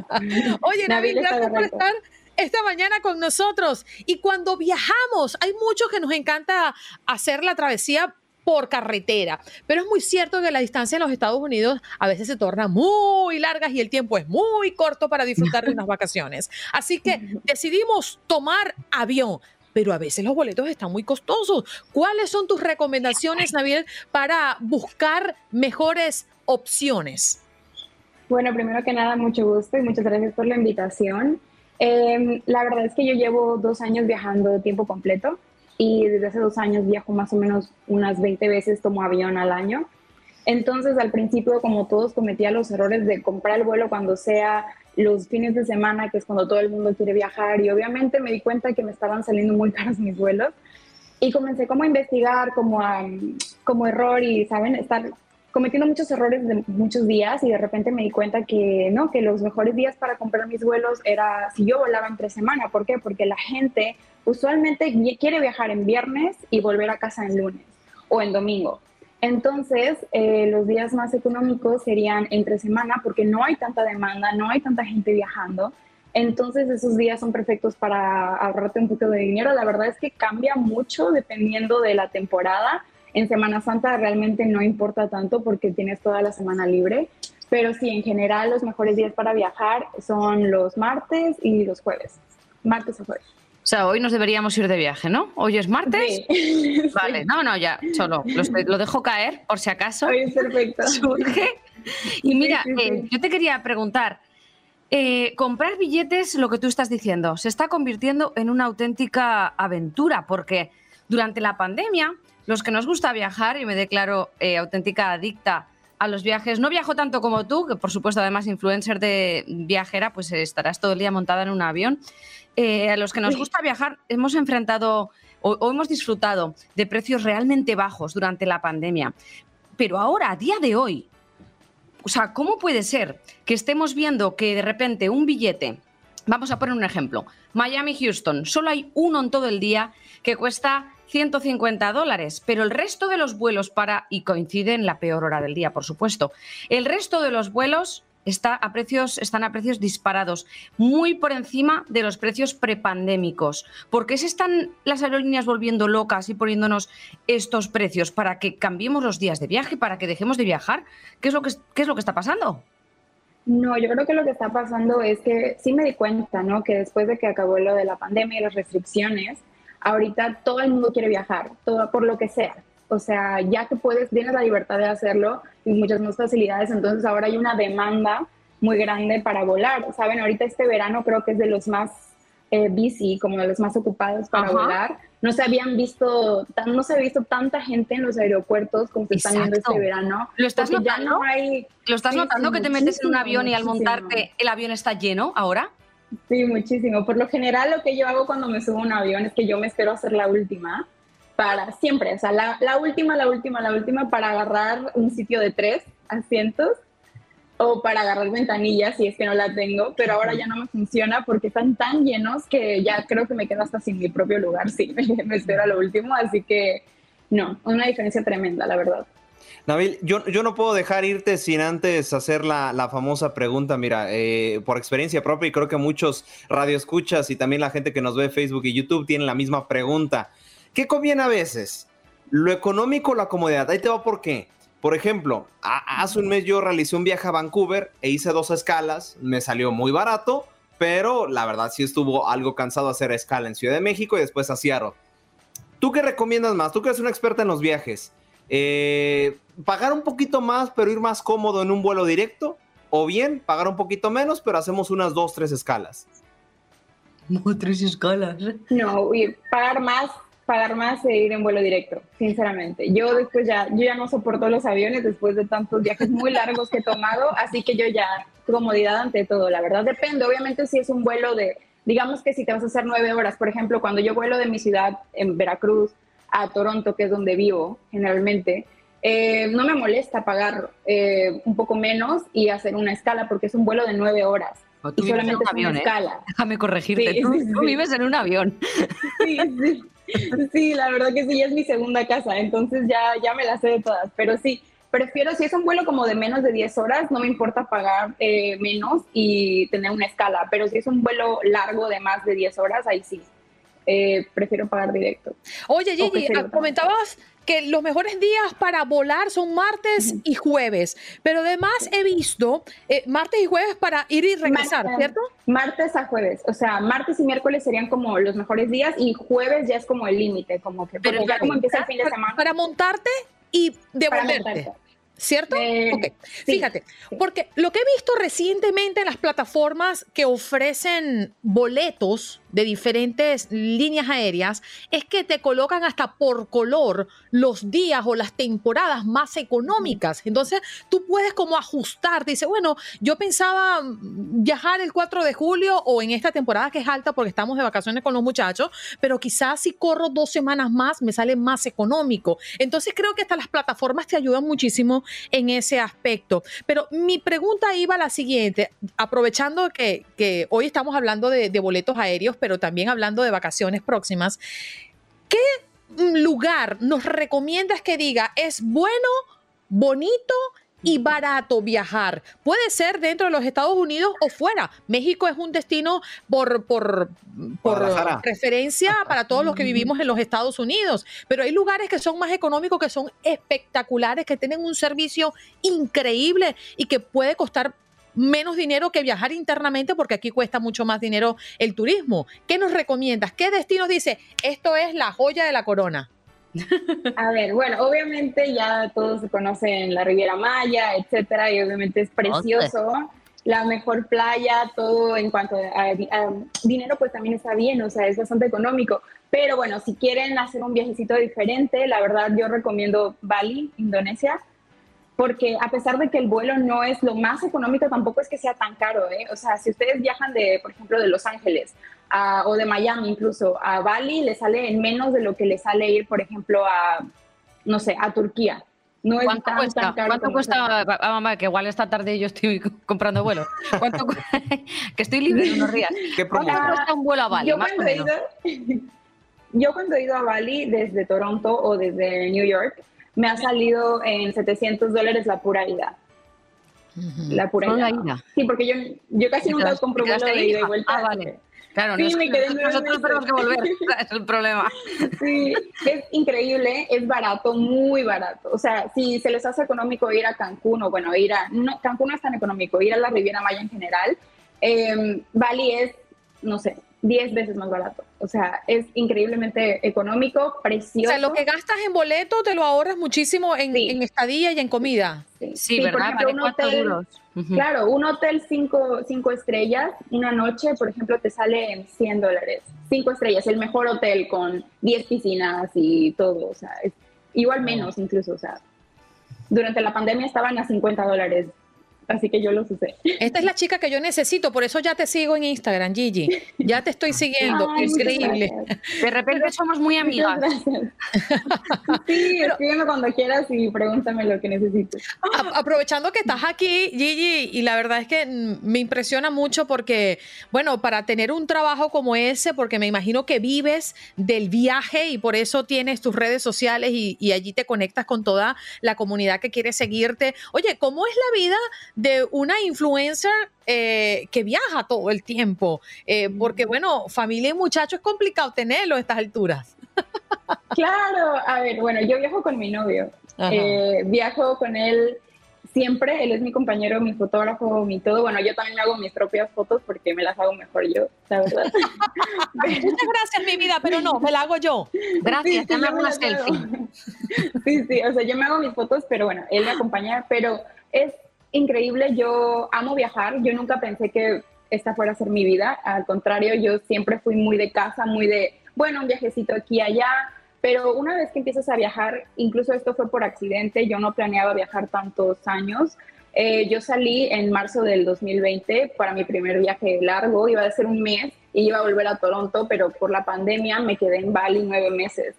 Oye, Nabil, gracias por estar esta mañana con nosotros. Y cuando viajamos, hay muchos que nos encanta hacer la travesía por carretera, pero es muy cierto que la distancia en los Estados Unidos a veces se torna muy larga y el tiempo es muy corto para disfrutar de unas vacaciones. Así que decidimos tomar avión, pero a veces los boletos están muy costosos. ¿Cuáles son tus recomendaciones, Nabil, para buscar mejores opciones? Bueno, primero que nada, mucho gusto y muchas gracias por la invitación. Eh, la verdad es que yo llevo dos años viajando de tiempo completo. Y desde hace dos años viajo más o menos unas veinte veces, tomo avión al año. Entonces, al principio, como todos, cometía los errores de comprar el vuelo cuando sea los fines de semana, que es cuando todo el mundo quiere viajar. Y obviamente me di cuenta que me estaban saliendo muy caros mis vuelos. Y comencé como a investigar, como, a, como error y, ¿saben? Estar cometiendo muchos errores de muchos días. Y de repente me di cuenta que no, que los mejores días para comprar mis vuelos era si yo volaba entre semana. ¿Por qué? Porque la gente usualmente quiere viajar en viernes y volver a casa en lunes o en domingo. Entonces, eh, los días más económicos serían entre semana porque no hay tanta demanda, no hay tanta gente viajando. Entonces, esos días son perfectos para ahorrarte un poco de dinero. La verdad es que cambia mucho dependiendo de la temporada. En Semana Santa realmente no importa tanto porque tienes toda la semana libre. Pero sí, en general, los mejores días para viajar son los martes y los jueves. Martes o jueves. O sea, hoy nos deberíamos ir de viaje, ¿no? ¿Hoy es martes? Sí. Vale, no, no, ya, solo lo, estoy, lo dejo caer por si acaso. Hoy es perfecto. Surge. Y mira, sí, sí, sí. Eh, yo te quería preguntar, eh, comprar billetes, lo que tú estás diciendo, se está convirtiendo en una auténtica aventura, porque durante la pandemia, los que nos gusta viajar, y me declaro eh, auténtica adicta a los viajes, no viajo tanto como tú, que por supuesto además influencer de viajera, pues estarás todo el día montada en un avión. Eh, a los que nos gusta viajar hemos enfrentado o, o hemos disfrutado de precios realmente bajos durante la pandemia. Pero ahora, a día de hoy, o sea, ¿cómo puede ser que estemos viendo que de repente un billete, vamos a poner un ejemplo, Miami-Houston, solo hay uno en todo el día que cuesta ciento cincuenta dólares, pero el resto de los vuelos para, y coincide en la peor hora del día, por supuesto, el resto de los vuelos está a precios, están a precios disparados, muy por encima de los precios prepandémicos. ¿Por qué se están las aerolíneas volviendo locas y poniéndonos estos precios? ¿Para que cambiemos los días de viaje? ¿Para que dejemos de viajar? ¿Qué es lo que, qué es lo que está pasando? No, yo creo que lo que está pasando es que sí me di cuenta, ¿no? Que después de que acabó lo de la pandemia y las restricciones, ahorita todo el mundo quiere viajar, todo por lo que sea. O sea, ya que puedes, tienes la libertad de hacerlo y muchas más facilidades, entonces ahora hay una demanda muy grande para volar. Saben, ahorita este verano creo que es de los más eh, busy, como de los más ocupados para Ajá. volar. No se habían visto, tan, no se había visto tanta gente en los aeropuertos como se están viendo este verano. ¿Lo estás notando? No hay, ¿Lo estás sí, notando sí, que te metes en un avión y al montarte el avión está lleno ahora? Sí, muchísimo. Por lo general lo que yo hago cuando me subo a un avión es que yo me espero a hacer la última. Para siempre, o sea, la, la última, la última, la última para agarrar un sitio de tres asientos o para agarrar ventanillas si es que no la tengo, pero ahora ya no me funciona porque están tan llenos que ya creo que me quedo hasta sin mi propio lugar, sí, me, me espero a lo último, así que no, una diferencia tremenda, la verdad. Nabil, yo, yo no puedo dejar irte sin antes hacer la, la famosa pregunta, mira, eh, por experiencia propia y creo que muchos radioescuchas y también la gente que nos ve en Facebook y YouTube tienen la misma pregunta. ¿Qué conviene a veces? ¿Lo económico o la comodidad? Ahí te va por qué. Por ejemplo, a, hace un mes yo realicé un viaje a Vancouver e hice dos escalas. Me salió muy barato, pero la verdad sí estuvo algo cansado hacer escala en Ciudad de México y después a Seattle. ¿Tú qué recomiendas más? Tú que eres una experta en los viajes. Eh, ¿Pagar un poquito más pero ir más cómodo en un vuelo directo? ¿O bien pagar un poquito menos pero hacemos unas dos, tres escalas? No, tres escalas. No, y pagar más. pagar más e ir en vuelo directo, sinceramente. Yo después ya, yo ya no soporto los aviones después de tantos viajes muy largos que he tomado, así que yo ya, comodidad ante todo, la verdad. Depende, obviamente si es un vuelo de, digamos que si te vas a hacer nueve horas, por ejemplo, cuando yo vuelo de mi ciudad en Veracruz a Toronto, que es donde vivo generalmente, eh, no me molesta pagar eh, un poco menos y hacer una escala porque es un vuelo de nueve horas. O tú y solamente es avión, una ¿eh? escala. Déjame corregirte, Sí, tú, sí, tú sí. vives en un avión. Sí, sí. Sí, la verdad que sí, ya es mi segunda casa, entonces ya, ya me la sé de todas, pero sí, prefiero, si es un vuelo como de menos de diez horas, no me importa pagar eh, menos y tener una escala, pero si es un vuelo largo de más de diez horas, ahí sí, eh, prefiero pagar directo. Oye, Gigi, comentabas que los mejores días para volar son martes uh-huh. y jueves, pero además he visto eh, martes y jueves para ir y regresar, martes, ¿cierto? Martes a jueves, o sea, martes y miércoles serían como los mejores días y jueves ya es como el límite, como que pero ya como empieza el fin de semana. Para montarte y devolverte. ¿Cierto? Eh, ok, sí, fíjate, sí. porque lo que he visto recientemente en las plataformas que ofrecen boletos de diferentes líneas aéreas es que te colocan hasta por color los días o las temporadas más económicas. Entonces tú puedes como ajustar, dice, bueno, yo pensaba viajar el cuatro de julio o en esta temporada que es alta porque estamos de vacaciones con los muchachos, pero quizás si corro dos semanas más me sale más económico. Entonces creo que hasta las plataformas te ayudan muchísimo en ese aspecto. Pero mi pregunta iba a la siguiente, aprovechando que, que hoy estamos hablando de, de boletos aéreos, pero también hablando de vacaciones próximas, ¿qué lugar nos recomiendas que diga es bueno, bonito y barato viajar? Puede ser dentro de los Estados Unidos o fuera. México es un destino por, por, por referencia para todos los que vivimos en los Estados Unidos, pero hay lugares que son más económicos, que son espectaculares, que tienen un servicio increíble y que puede costar menos dinero que viajar internamente, porque aquí cuesta mucho más dinero el turismo. ¿Qué nos recomiendas? ¿Qué destinos dice, esto es la joya de la corona? A ver, bueno, obviamente ya todos conocen la Riviera Maya, etcétera, y obviamente es precioso, la mejor playa, todo en cuanto a, a, a dinero, pues también está bien, o sea, es bastante económico, pero bueno, si quieren hacer un viajecito diferente, la verdad yo recomiendo Bali, Indonesia. porque a pesar de que el vuelo no es lo más económico, tampoco es que sea tan caro, ¿eh? O sea, si ustedes viajan de, por ejemplo, de Los Ángeles a, o de Miami incluso a Bali, le sale en menos de lo que le sale ir, por ejemplo, a, no sé, a Turquía. No es ¿Cuánto tan, cuesta? tan caro ¿Cuánto cuesta? Ah, mamá, que igual esta tarde yo estoy comprando vuelo. ¿Cuánto cu- que estoy libre en unos días. ¿Qué ¿Cuánto promoción? cuesta un vuelo a Bali? Yo Más o cuando, he menos. ido, yo cuando he ido a Bali desde Toronto o desde New York, me ha salido en setecientos dólares la pura ida. La pura Solo ida. la ida. Sí, porque yo, yo casi ¿Te nunca quedas- compro te vuelo quedaste de ahí, ida y hija? vuelta. Ah, vale. Claro, Sí, no es me que quedé nueve nosotros meses. tenemos que volver, ese es el problema. Sí, es increíble, es barato, muy barato. O sea, si se les hace económico ir a Cancún o bueno, ir a... No, Cancún no es tan económico, ir a la Riviera Maya en general. Eh, Bali es, no sé, diez veces más barato. O sea, es increíblemente económico, O precioso. sea, lo que gastas en boleto te lo ahorras muchísimo en, Sí. en estadía y en comida. Sí, Sí, Sí, ¿verdad? por ejemplo, Vale, un cuatro hotel, duros. Ujú. claro, un hotel cinco, cinco estrellas, una noche, por ejemplo, te sale en cien dólares. Cinco estrellas, el mejor hotel con diez piscinas y todo, o sea, es igual menos incluso, o sea, durante la pandemia estaban a cincuenta dólares, así que yo los usé. Esta es la chica que yo necesito, por eso ya te sigo en Instagram, Gigi. Ya te estoy siguiendo, Ay, muchas increíble. gracias. De repente somos muy Muchas amigas. gracias. Sí, escríbeme cuando quieras y pregúntame lo que necesites. A- aprovechando que estás aquí, Gigi, y la verdad es que mm, me impresiona mucho porque, bueno, para tener un trabajo como ese, porque me imagino que vives del viaje y por eso tienes tus redes sociales y, y allí te conectas con toda la comunidad que quiere seguirte. Oye, ¿cómo es la vida de una influencer eh, que viaja todo el tiempo? Eh, porque, bueno, familia y muchacho es complicado tenerlo a estas alturas. Claro, a ver, bueno, yo viajo con mi novio. Ajá. Eh, viajo con él siempre, él es mi compañero, mi fotógrafo, mi todo. Bueno, yo también me hago mis propias fotos porque me las hago mejor yo, la verdad. Muchas gracias, mi vida, pero no, me la hago yo. Gracias, Sí, ya sí, me yo hago me una las hago. selfie. Sí, sí, o sea, yo me hago mis fotos, pero bueno, él me acompaña, pero es increíble, yo amo viajar, yo nunca pensé que esta fuera a ser mi vida, al contrario, yo siempre fui muy de casa, muy de, bueno, un viajecito aquí y allá, pero una vez que empiezas a viajar, incluso esto fue por accidente, yo no planeaba viajar tantos años. Eh, yo salí en marzo del dos mil veinte para mi primer viaje largo, iba a ser un mes y iba a volver a Toronto, pero por la pandemia me quedé en Bali nueve meses.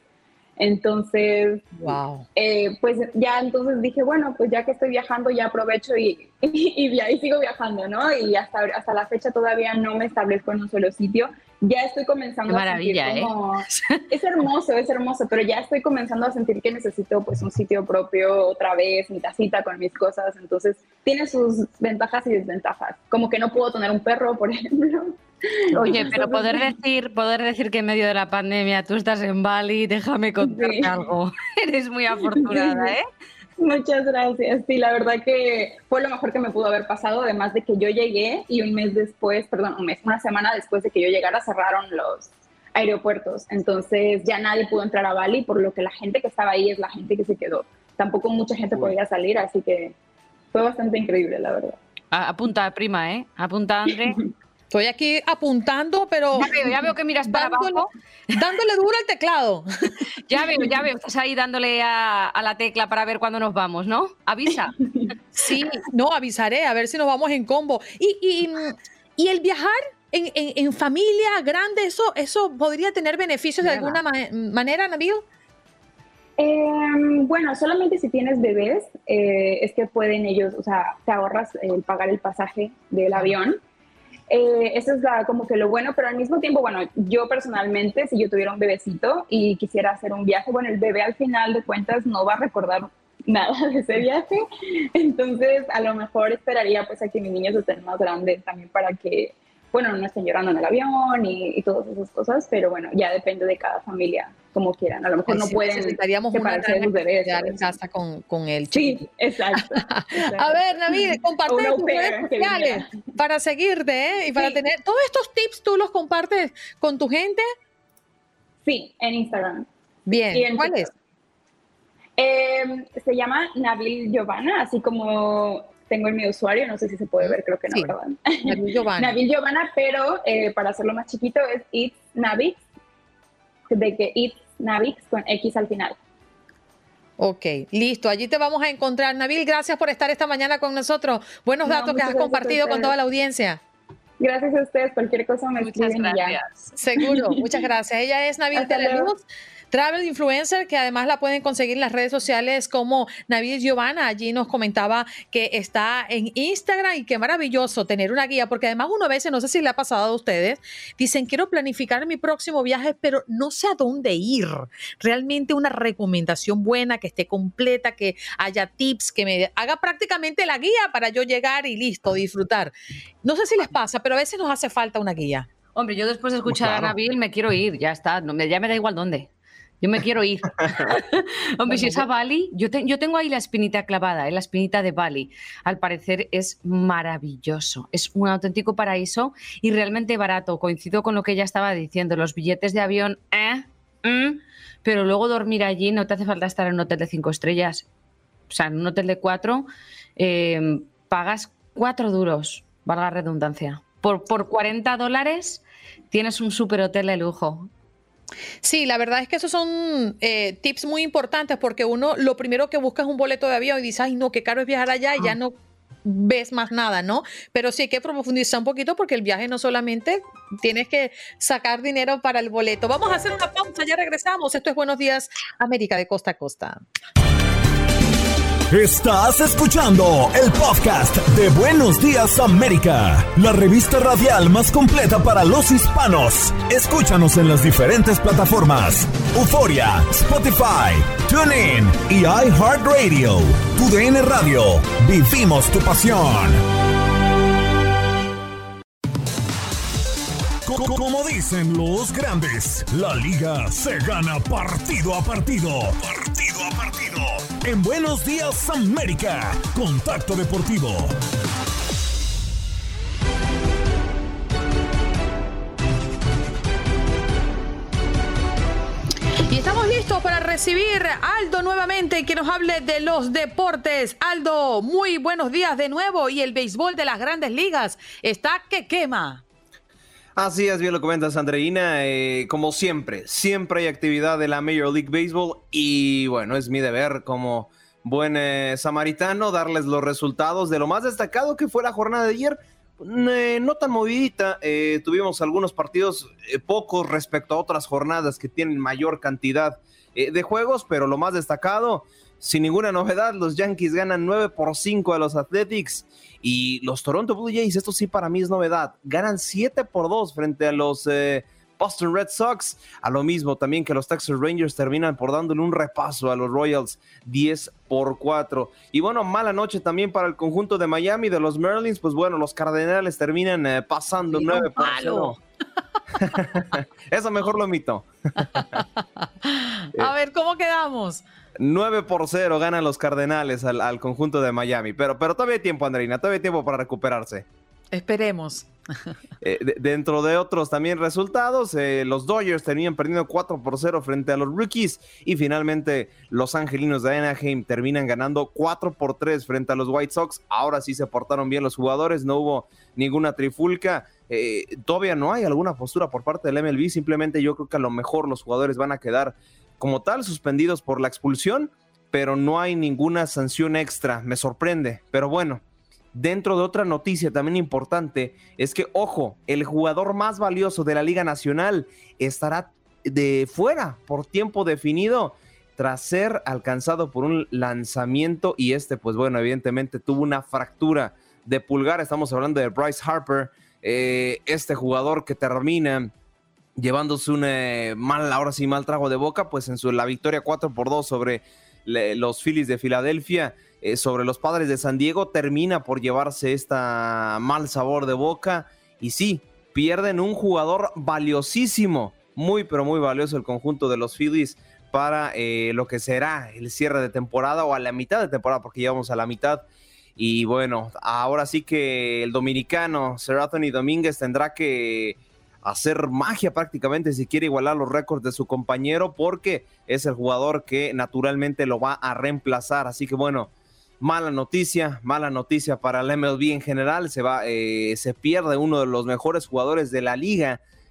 Entonces, Wow. eh, pues ya entonces dije, bueno, pues ya que estoy viajando, ya aprovecho y, y, y, y sigo viajando, ¿no? Y hasta, hasta la fecha todavía no me establezco en un solo sitio. Ya estoy comenzando Qué maravilla, a sentir como... ¿eh? Es hermoso, es hermoso, pero ya estoy comenzando a sentir que necesito pues un sitio propio otra vez, mi casita con mis cosas. Entonces, tiene sus ventajas y desventajas. Como que no puedo tener un perro, por ejemplo. Oye, pero poder decir, poder decir que en medio de la pandemia tú estás en Bali, déjame contarte Sí. algo. Eres muy afortunada, Sí, sí. ¿eh? Muchas gracias. Sí, la verdad que fue lo mejor que me pudo haber pasado, además de que yo llegué y un mes después, perdón, un mes, una semana después de que yo llegara cerraron los aeropuertos. Entonces ya nadie pudo entrar a Bali, por lo que la gente que estaba ahí es la gente que se quedó. Tampoco mucha gente Uy. podía salir, así que fue bastante increíble, la verdad. A- Apunta, prima, ¿eh? Apunta, André. Estoy aquí apuntando, pero Ya veo, ya veo que miras para dándole, abajo. dándole duro al teclado. Ya veo, ya veo. Estás ahí dándole a, a la tecla para ver cuándo nos vamos, ¿no? Avisa. Sí, no, avisaré, a ver si nos vamos en combo. Y, y, y el viajar en, en, en familia grande, eso, eso podría tener beneficios de Nada. alguna ma- manera, Nabil. Eh, bueno, solamente si tienes bebés, eh, es que pueden ellos, o sea, te ahorras el pagar el pasaje del avión. Eh, eso es la, como que lo bueno, pero al mismo tiempo, bueno, yo personalmente, si yo tuviera un bebecito y quisiera hacer un viaje, bueno, el bebé al final de cuentas no va a recordar nada de ese viaje, entonces a lo mejor esperaría pues a que mis niños estén más grandes también para que, bueno, no estén llorando en el avión y, y todas esas cosas, pero bueno, ya depende de cada familia, como quieran, a lo mejor no Sí, pueden necesitaríamos una separarse de gran sus bebés. quedar en ¿sabes? casa con, con el Sí, chiquito. exacto. A ver, Nabil, comparte Un au tus pair redes que sociales para seguirte, ¿eh? Y para Sí. tener todos estos tips, tú los compartes con tu gente. Sí, en Instagram. Bien, Y en ¿cuál TikTok. es? Eh, se llama Nabil Giovanna, así como tengo en mi usuario, no sé si se puede ver, creo que no, Sí. ¿verdad? Nabil Giovanna. Nabil Giovanna, pero eh, para hacerlo más chiquito es It's Navix, de que It's Navix con X al final. Ok, listo. Allí te vamos a encontrar. Nabil, gracias por estar esta mañana con nosotros. Buenos No, datos que has compartido con toda la audiencia. Gracias a ustedes. Cualquier cosa me Muchas escriben gracias. y ya. Seguro, muchas gracias. Ella es Nabil Hasta luego. Teleluz, travel influencer, que además la pueden conseguir en las redes sociales como Nabil Giovanna. Allí nos comentaba que está en Instagram y qué maravilloso tener una guía, porque además uno a veces, no sé si le ha pasado a ustedes, dicen quiero planificar mi próximo viaje, pero no sé a dónde ir. Realmente una recomendación buena, que esté completa, que haya tips, que me haga prácticamente la guía para yo llegar y listo, disfrutar. No sé si les pasa, pero a veces nos hace falta una guía. Hombre, yo después de escuchar Claro. a Nabil me quiero ir, ya está, no me, ya me da igual dónde. Yo me quiero ir. Hombre, si es a Bali, yo, te- yo tengo ahí la espinita clavada, ¿eh? La espinita de Bali. Al parecer es maravilloso, es un auténtico paraíso y realmente barato. Coincido con lo que ella estaba diciendo, los billetes de avión, ¿eh? ¿Mm? Pero luego dormir allí no te hace falta estar en un hotel de cinco estrellas. O sea, en un hotel de cuatro eh, pagas cuatro duros, valga la redundancia. Por, por cuarenta dólares tienes un super hotel de lujo. Sí, la verdad es que esos son eh, tips muy importantes, porque uno lo primero que busca es un boleto de avión y dice, ay no, qué caro es viajar allá, y ya no ves más nada, ¿no? Pero sí hay que profundizar un poquito, porque el viaje no solamente tienes que sacar dinero para el boleto. Vamos a hacer una pausa, ya regresamos. Esto es Buenos Días América, de costa a costa. Estás escuchando el podcast de Buenos Días América, la revista radial más completa para los hispanos. Escúchanos en las diferentes plataformas: Euforia, Spotify, TuneIn y iHeartRadio. Tu D N Radio. Vivimos tu pasión. Co- Como dicen los grandes, la liga se gana partido a partido. Partido a partido. En Buenos Días América, Contacto Deportivo. Y estamos listos para recibir a Aldo nuevamente, que nos hable de los deportes. Aldo, muy buenos días de nuevo. Y el béisbol de las grandes ligas está que quema. Así es, bien lo comentas, Andreina. Eh, como siempre, siempre hay actividad de la Major League Baseball y bueno, es mi deber como buen eh, samaritano darles los resultados de lo más destacado que fue la jornada de ayer. Eh, no tan movidita, eh, tuvimos algunos partidos eh, pocos respecto a otras jornadas que tienen mayor cantidad eh, de juegos, pero lo más destacado, sin ninguna novedad, los Yankees ganan nueve por cinco a los Athletics. Y los Toronto Blue Jays, esto sí para mí es novedad, ganan siete por dos frente a los eh, Boston Red Sox. A lo mismo también que los Texas Rangers terminan por dándole un repaso a los Royals, diez por cuatro. Y bueno, mala noche también para el conjunto de Miami, de los Marlins. Pues bueno, los Cardenales terminan eh, pasando Sí, nueve por malo. cero. Eso mejor lo omito. A ver, ¿cómo quedamos? nueve por cero ganan los Cardenales al, al conjunto de Miami. Pero, pero todavía hay tiempo, Andreina, todavía hay tiempo para recuperarse. Esperemos. Eh, de, dentro de otros también resultados, eh, los Dodgers terminan perdiendo cuatro por cero frente a los Rockies y finalmente los Angelinos de Anaheim terminan ganando cuatro por tres frente a los White Sox. Ahora sí se portaron bien los jugadores, no hubo ninguna trifulca. Eh, todavía no hay alguna postura por parte del M L B, simplemente yo creo que a lo mejor los jugadores van a quedar como tal suspendidos por la expulsión, pero no hay ninguna sanción extra, me sorprende, pero bueno. Dentro de otra noticia también importante es que, ojo, el jugador más valioso de la Liga Nacional estará de fuera por tiempo definido tras ser alcanzado por un lanzamiento y este, pues bueno, evidentemente tuvo una fractura de pulgar. Estamos hablando de Bryce Harper, eh, este jugador que termina llevándose un eh, mal, ahora sí, mal trago de boca, pues en su, la victoria cuatro por dos sobre le, los Phillies de Filadelfia. Eh, sobre los Padres de San Diego, termina por llevarse esta mal sabor de boca y sí, pierden un jugador valiosísimo, muy pero muy valioso el conjunto de los Phillies para eh, lo que será el cierre de temporada o a la mitad de temporada, porque ya vamos a la mitad. Y bueno, ahora sí que el dominicano Sir Anthony Domínguez tendrá que hacer magia prácticamente si quiere igualar los récords de su compañero, porque es el jugador que naturalmente lo va a reemplazar. Así que bueno, mala noticia, mala noticia para el M L B en general. Se va, eh, se pierde uno de los mejores jugadores de la liga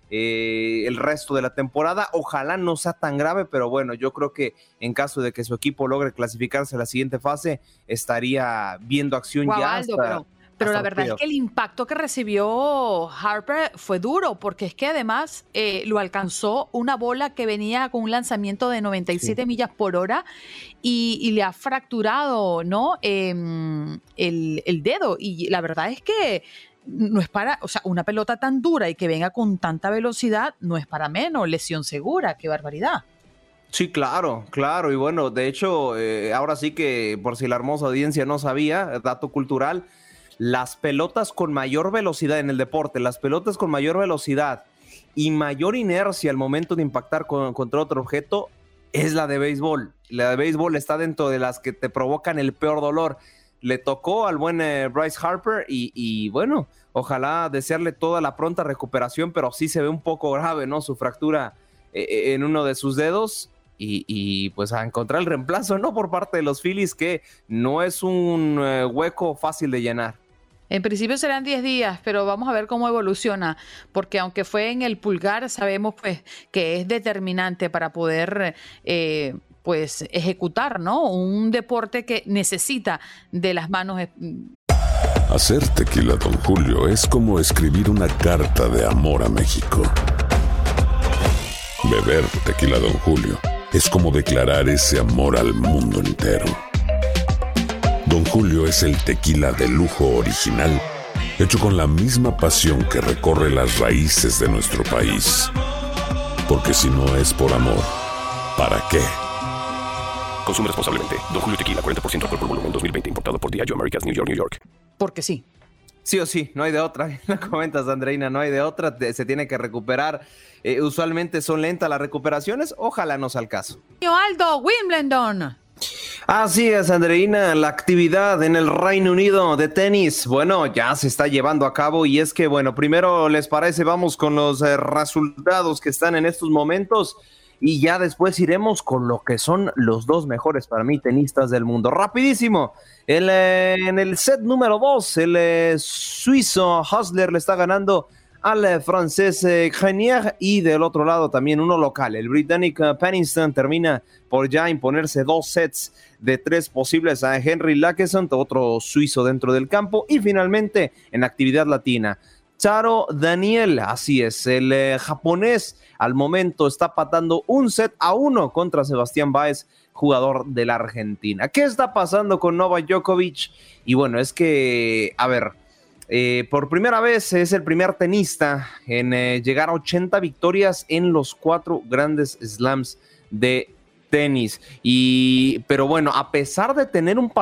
eh, el resto de la temporada. Ojalá no sea tan grave, pero bueno, yo creo que en caso de que su equipo logre clasificarse a la siguiente fase, estaría viendo acción Guau, ya Aldo, hasta, pero, pero hasta la verdad es que el impacto que recibió Harper fue duro, porque es que además eh, lo alcanzó una bola que venía con un lanzamiento de noventa y siete sí. millas por hora y, y le ha fracturado, ¿no? Eh, el, el dedo, y la verdad es que no es para, o sea, una pelota tan dura y que venga con tanta velocidad no es para menos, lesión segura, qué barbaridad. Sí, claro, claro, y bueno, de hecho, eh, ahora sí que por si la hermosa audiencia no sabía, dato cultural, las pelotas con mayor velocidad en el deporte, las pelotas con mayor velocidad y mayor inercia al momento de impactar con, contra otro objeto es la de béisbol. La de béisbol está dentro de las que te provocan el peor dolor. Le tocó al buen eh, Bryce Harper y, y bueno, ojalá desearle toda la pronta recuperación, pero sí se ve un poco grave, ¿no? Su fractura eh, en uno de sus dedos y, y pues a encontrar el reemplazo, ¿no? Por parte de los Phillies, que no es un eh, hueco fácil de llenar. En principio serán diez días, pero vamos a ver cómo evoluciona, porque aunque fue en el pulgar, sabemos pues que es determinante para poder eh, pues ejecutar, ¿no? Un deporte que necesita de las manos. Hacer tequila Don Julio es como escribir una carta de amor a México. Beber tequila Don Julio es como declarar ese amor al mundo entero. Don Julio es el tequila de lujo original, hecho con la misma pasión que recorre las raíces de nuestro país. Porque si no es por amor, ¿para qué? Consume responsablemente. Don Julio Tequila, cuarenta por ciento alcohol por volumen, dos mil veinte, importado por Diageo Americas, New York, New York. Porque sí. Sí o sí, no hay de otra. Lo comentas, Andreina, no hay de otra. Se tiene que recuperar. Eh, usualmente son lentas las recuperaciones. Ojalá no sea el caso. Aldo, Wimbledon. Así es, Andreina, la actividad en el Reino Unido de tenis, bueno, ya se está llevando a cabo y es que, bueno, primero, ¿les parece? Vamos con los eh, resultados que están en estos momentos y ya después iremos con lo que son los dos mejores para mí tenistas del mundo. Rapidísimo, el, eh, en el set número dos, el eh, suizo Hustler le está ganando al eh, francés eh, Grenier, y del otro lado también uno local, el británico uh, Pennington termina por ya imponerse dos sets de tres posibles a Henry Laaksonen, otro suizo dentro del campo, y finalmente en actividad latina, Taro Daniel, así es, el eh, japonés al momento está patando un set a uno contra Sebastián Báez, jugador de la Argentina. ¿Qué está pasando con Novak Djokovic? Y bueno, es que, a ver, Eh, por primera vez es el primer tenista en eh, llegar a ochenta victorias en los cuatro grandes slams de tenis. Y, pero bueno, a pesar de tener un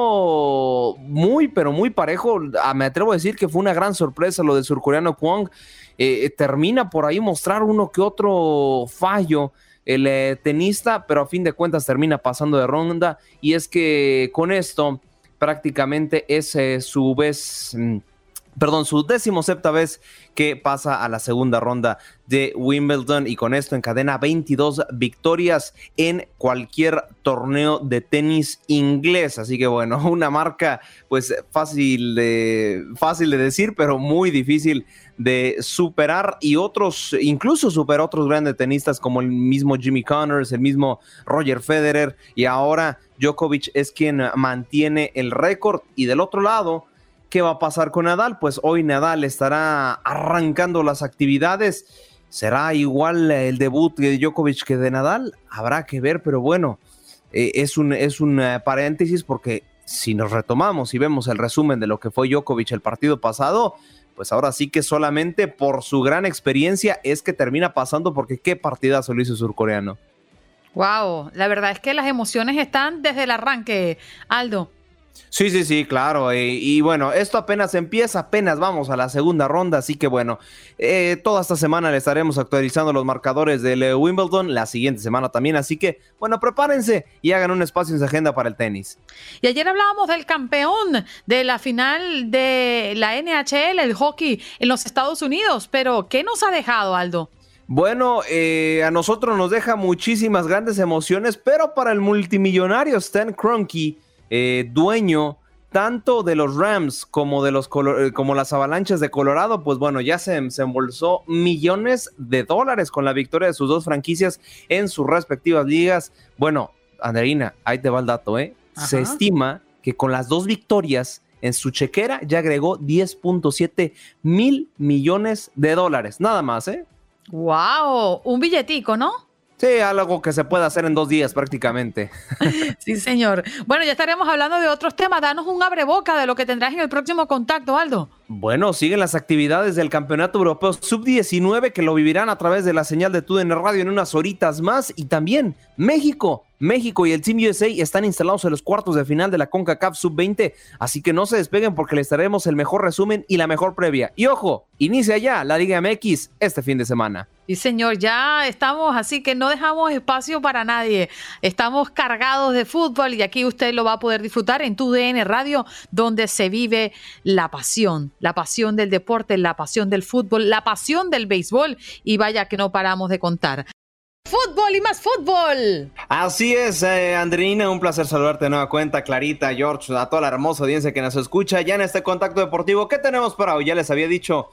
partido muy, pero muy parejo, me atrevo a decir que fue una gran sorpresa lo del surcoreano Kwon. Eh, termina por ahí mostrar uno que otro fallo el eh, tenista, pero a fin de cuentas termina pasando de ronda. Y es que con esto prácticamente es eh, su vez... Mmm, Perdón, su decimosexta vez que pasa a la segunda ronda de Wimbledon y con esto encadena veintidós victorias en cualquier torneo de tenis inglés. Así que bueno, una marca pues fácil de, fácil de decir, pero muy difícil de superar, y otros, incluso superó otros grandes tenistas como el mismo Jimmy Connors, el mismo Roger Federer, y ahora Djokovic es quien mantiene el récord. Y del otro lado, ¿qué va a pasar con Nadal? Pues hoy Nadal estará arrancando las actividades. ¿Será igual el debut de Djokovic que de Nadal? Habrá que ver, pero bueno, eh, es un, es un uh, paréntesis, porque si nos retomamos y vemos el resumen de lo que fue Djokovic el partido pasado, pues ahora sí que solamente por su gran experiencia es que termina pasando, porque qué partidazo lo hizo el surcoreano. Wow, la verdad es que las emociones están desde el arranque, Aldo. Sí, sí, sí, claro, y, y bueno, esto apenas empieza, apenas vamos a la segunda ronda, así que bueno, eh, toda esta semana le estaremos actualizando los marcadores del eh, Wimbledon, la siguiente semana también, así que bueno, prepárense y hagan un espacio en su agenda para el tenis. Y ayer hablábamos del campeón de la final de la N H L, el hockey en los Estados Unidos, pero ¿qué nos ha dejado, Aldo? Bueno, eh, a nosotros nos deja muchísimas grandes emociones, pero para el multimillonario Stan Kroenke, Eh, dueño tanto de los Rams como de los como las Avalanchas de Colorado, pues bueno, ya se, se embolsó millones de dólares con la victoria de sus dos franquicias en sus respectivas ligas. Bueno, Andreina, ahí te va el dato, ¿eh? Ajá. Se estima que con las dos victorias en su chequera ya agregó diez punto siete mil millones de dólares, nada más, ¿eh? ¡Wow! Un billetico, ¿no? Sí, algo que se puede hacer en dos días prácticamente. Sí, señor. Bueno, ya estaremos hablando de otros temas. Danos un abreboca de lo que tendrás en el próximo contacto, Aldo. Bueno, siguen las actividades del Campeonato Europeo sub diecinueve que lo vivirán a través de la señal de T U D N Radio en unas horitas más. Y también México. México y el Team U S A están instalados en los cuartos de final de la CONCACAF sub veinte, así que no se despeguen porque les daremos el mejor resumen y la mejor previa. Y ojo, inicia ya la Liga M X este fin de semana. Sí, señor, ya estamos, así que no dejamos espacio para nadie. Estamos cargados de fútbol y aquí usted lo va a poder disfrutar en T U D N Radio, donde se vive la pasión, la pasión del deporte, la pasión del fútbol, la pasión del béisbol y vaya que no paramos de contar. Fútbol y más fútbol. Así es, eh, Andreina, un placer saludarte de nueva cuenta, Clarita, George, a toda la hermosa audiencia que nos escucha ya en este contacto deportivo. ¿Qué tenemos para hoy? Ya les había dicho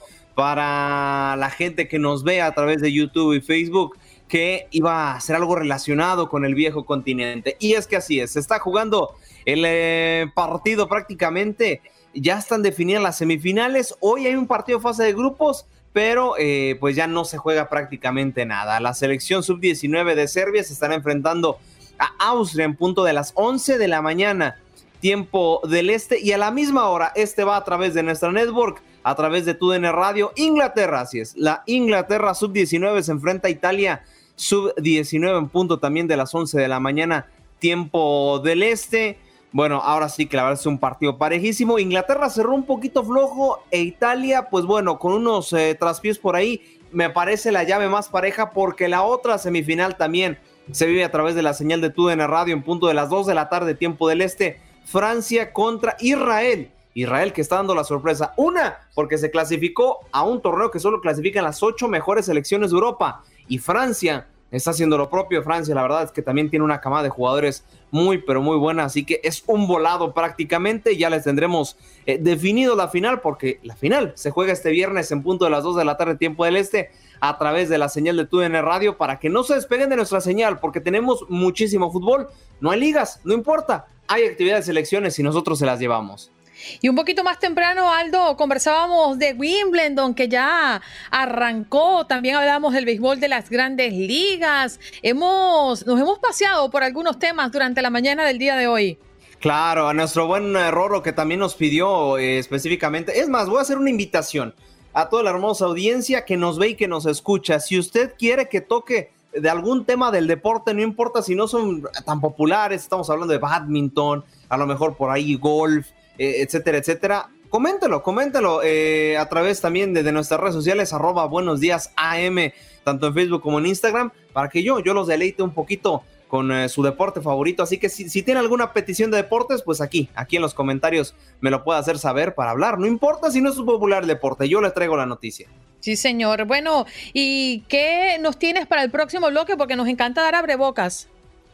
para la gente que nos ve a través de YouTube y Facebook que iba a ser algo relacionado con el viejo continente. Y es que así es, se está jugando el eh, partido prácticamente, ya están definidas las semifinales. Hoy hay un partido de fase de grupos, pero eh, pues ya no se juega prácticamente nada. La selección sub diecinueve de Serbia se estará enfrentando a Austria en punto de las once de la mañana, tiempo del este, y a la misma hora, este va a través de nuestra network, a través de T U D N Radio, Inglaterra, así es, la Inglaterra sub diecinueve se enfrenta a Italia sub diecinueve en punto también de las once de la mañana, tiempo del este. Bueno, ahora sí que la verdad es un partido parejísimo. Inglaterra cerró un poquito flojo e Italia, pues bueno, con unos eh, traspiés por ahí, me parece la llave más pareja porque la otra semifinal también se vive a través de la señal de T U D N Radio en punto de las dos de la tarde, tiempo del este. Francia contra Israel. Israel que está dando la sorpresa. Una, porque se clasificó a un torneo que solo clasifican las ocho mejores selecciones de Europa. Y Francia está haciendo lo propio. Francia, la verdad es que también tiene una camada de jugadores muy, pero muy buena, así que es un volado prácticamente. Ya les tendremos eh, definido la final, porque la final se juega este viernes en punto de las dos de la tarde, tiempo del este, a través de la señal de T U D N Radio, para que no se despeguen de nuestra señal, porque tenemos muchísimo fútbol. No hay ligas, no importa, hay actividades de selecciones y nosotros se las llevamos. Y un poquito más temprano, Aldo, conversábamos de Wimbledon, que ya arrancó. También hablábamos del béisbol de las grandes ligas. Hemos, nos hemos paseado por algunos temas durante la mañana del día de hoy. Claro, a nuestro buen Roro, que también nos pidió eh, específicamente. Es más, voy a hacer una invitación a toda la hermosa audiencia que nos ve y que nos escucha. Si usted quiere que toque de algún tema del deporte, no importa si no son tan populares, estamos hablando de badminton, a lo mejor por ahí golf, eh, etcétera, etcétera, coméntelo, coméntelo eh, a través también de, de nuestras redes sociales, arroba buenos días A M, tanto en Facebook como en Instagram, para que yo, yo los deleite un poquito con eh, su deporte favorito. Así que si, si tiene alguna petición de deportes, pues aquí, aquí en los comentarios me lo puede hacer saber para hablar. No importa si no es un popular deporte, yo les traigo la noticia. Sí, señor. Bueno, ¿y qué nos tienes para el próximo bloque? Porque nos encanta dar abrebocas.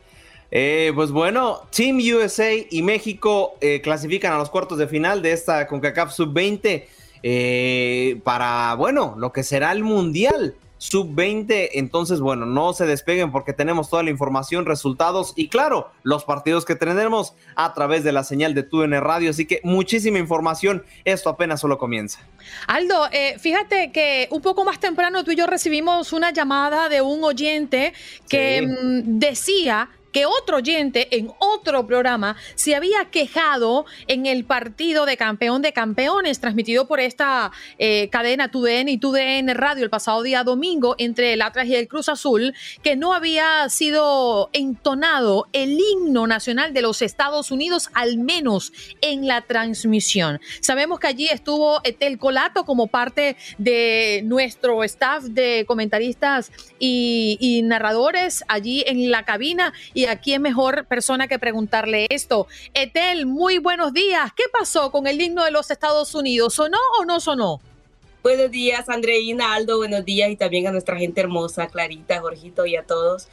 Eh, pues bueno, Team U S A y México eh, clasifican a los cuartos de final de esta CONCACAF sub veinte eh, para, bueno, lo que será el Mundial sub veinte. Entonces, bueno, no se despeguen porque tenemos toda la información, resultados y claro, los partidos que tendremos a través de la señal de T U D N Radio. Así que muchísima información, esto apenas solo comienza. Aldo, eh, fíjate que un poco más temprano tú y yo recibimos una llamada de un oyente que sí. mm, decía que otro oyente en otro programa se había quejado en el partido de campeón de campeones transmitido por esta eh, cadena T U D N y T U D N Radio el pasado día domingo entre el Atlas y el Cruz Azul, que no había sido entonado el himno nacional de los Estados Unidos, al menos en la transmisión. Sabemos que allí estuvo Etel Colato como parte de nuestro staff de comentaristas y, y narradores allí en la cabina. Y aquí es mejor persona que preguntarle esto. Etel, muy buenos días. ¿Qué pasó con el himno de los Estados Unidos? ¿Sonó o no sonó? Buenos días, Andreina, Aldo, buenos días y también a nuestra gente hermosa, Clarita, Jorgito y a todos.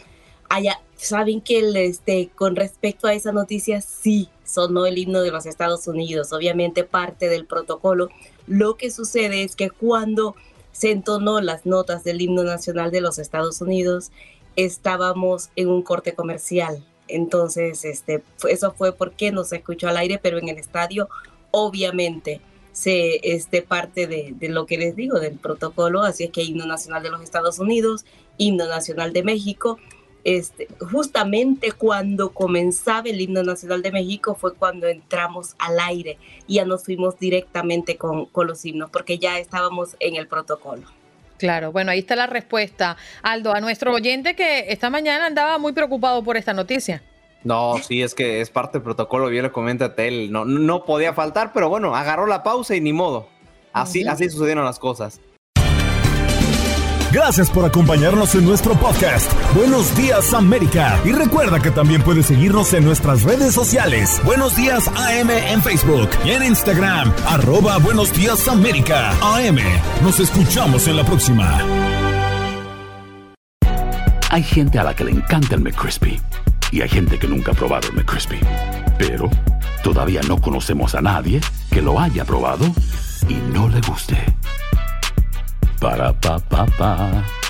Allá, ¿saben que el, este, con respecto a esa noticia sí sonó el himno de los Estados Unidos? Obviamente parte del protocolo. Lo que sucede es que cuando se entonó las notas del himno nacional de los Estados Unidos, estábamos en un corte comercial. Entonces, este, eso fue porque no se escuchó al aire, pero en el estadio, obviamente, se este, parte de, de lo que les digo, del protocolo. Así es que himno nacional de los Estados Unidos, himno nacional de México. Este, justamente cuando comenzaba el himno nacional de México fue cuando entramos al aire y ya nos fuimos directamente con, con los himnos, porque ya estábamos en el protocolo. Claro, bueno, ahí está la respuesta, Aldo, a nuestro oyente que esta mañana andaba muy preocupado por esta noticia. No, sí, es que es parte del protocolo, yo le comenté a Tel, no, no podía faltar, pero bueno, agarró la pausa y ni modo. Así, uh-huh. así sucedieron las cosas. Gracias por acompañarnos en nuestro podcast Buenos Días América. Y recuerda que también puedes seguirnos en nuestras redes sociales. Buenos Días A M en Facebook y en Instagram, arroba Buenos Días América A M. Nos escuchamos en la próxima. Hay gente a la que le encanta el McCrispy y hay gente que nunca ha probado el McCrispy. Pero todavía no conocemos a nadie que lo haya probado y no le guste. Ba-da-ba-ba-ba.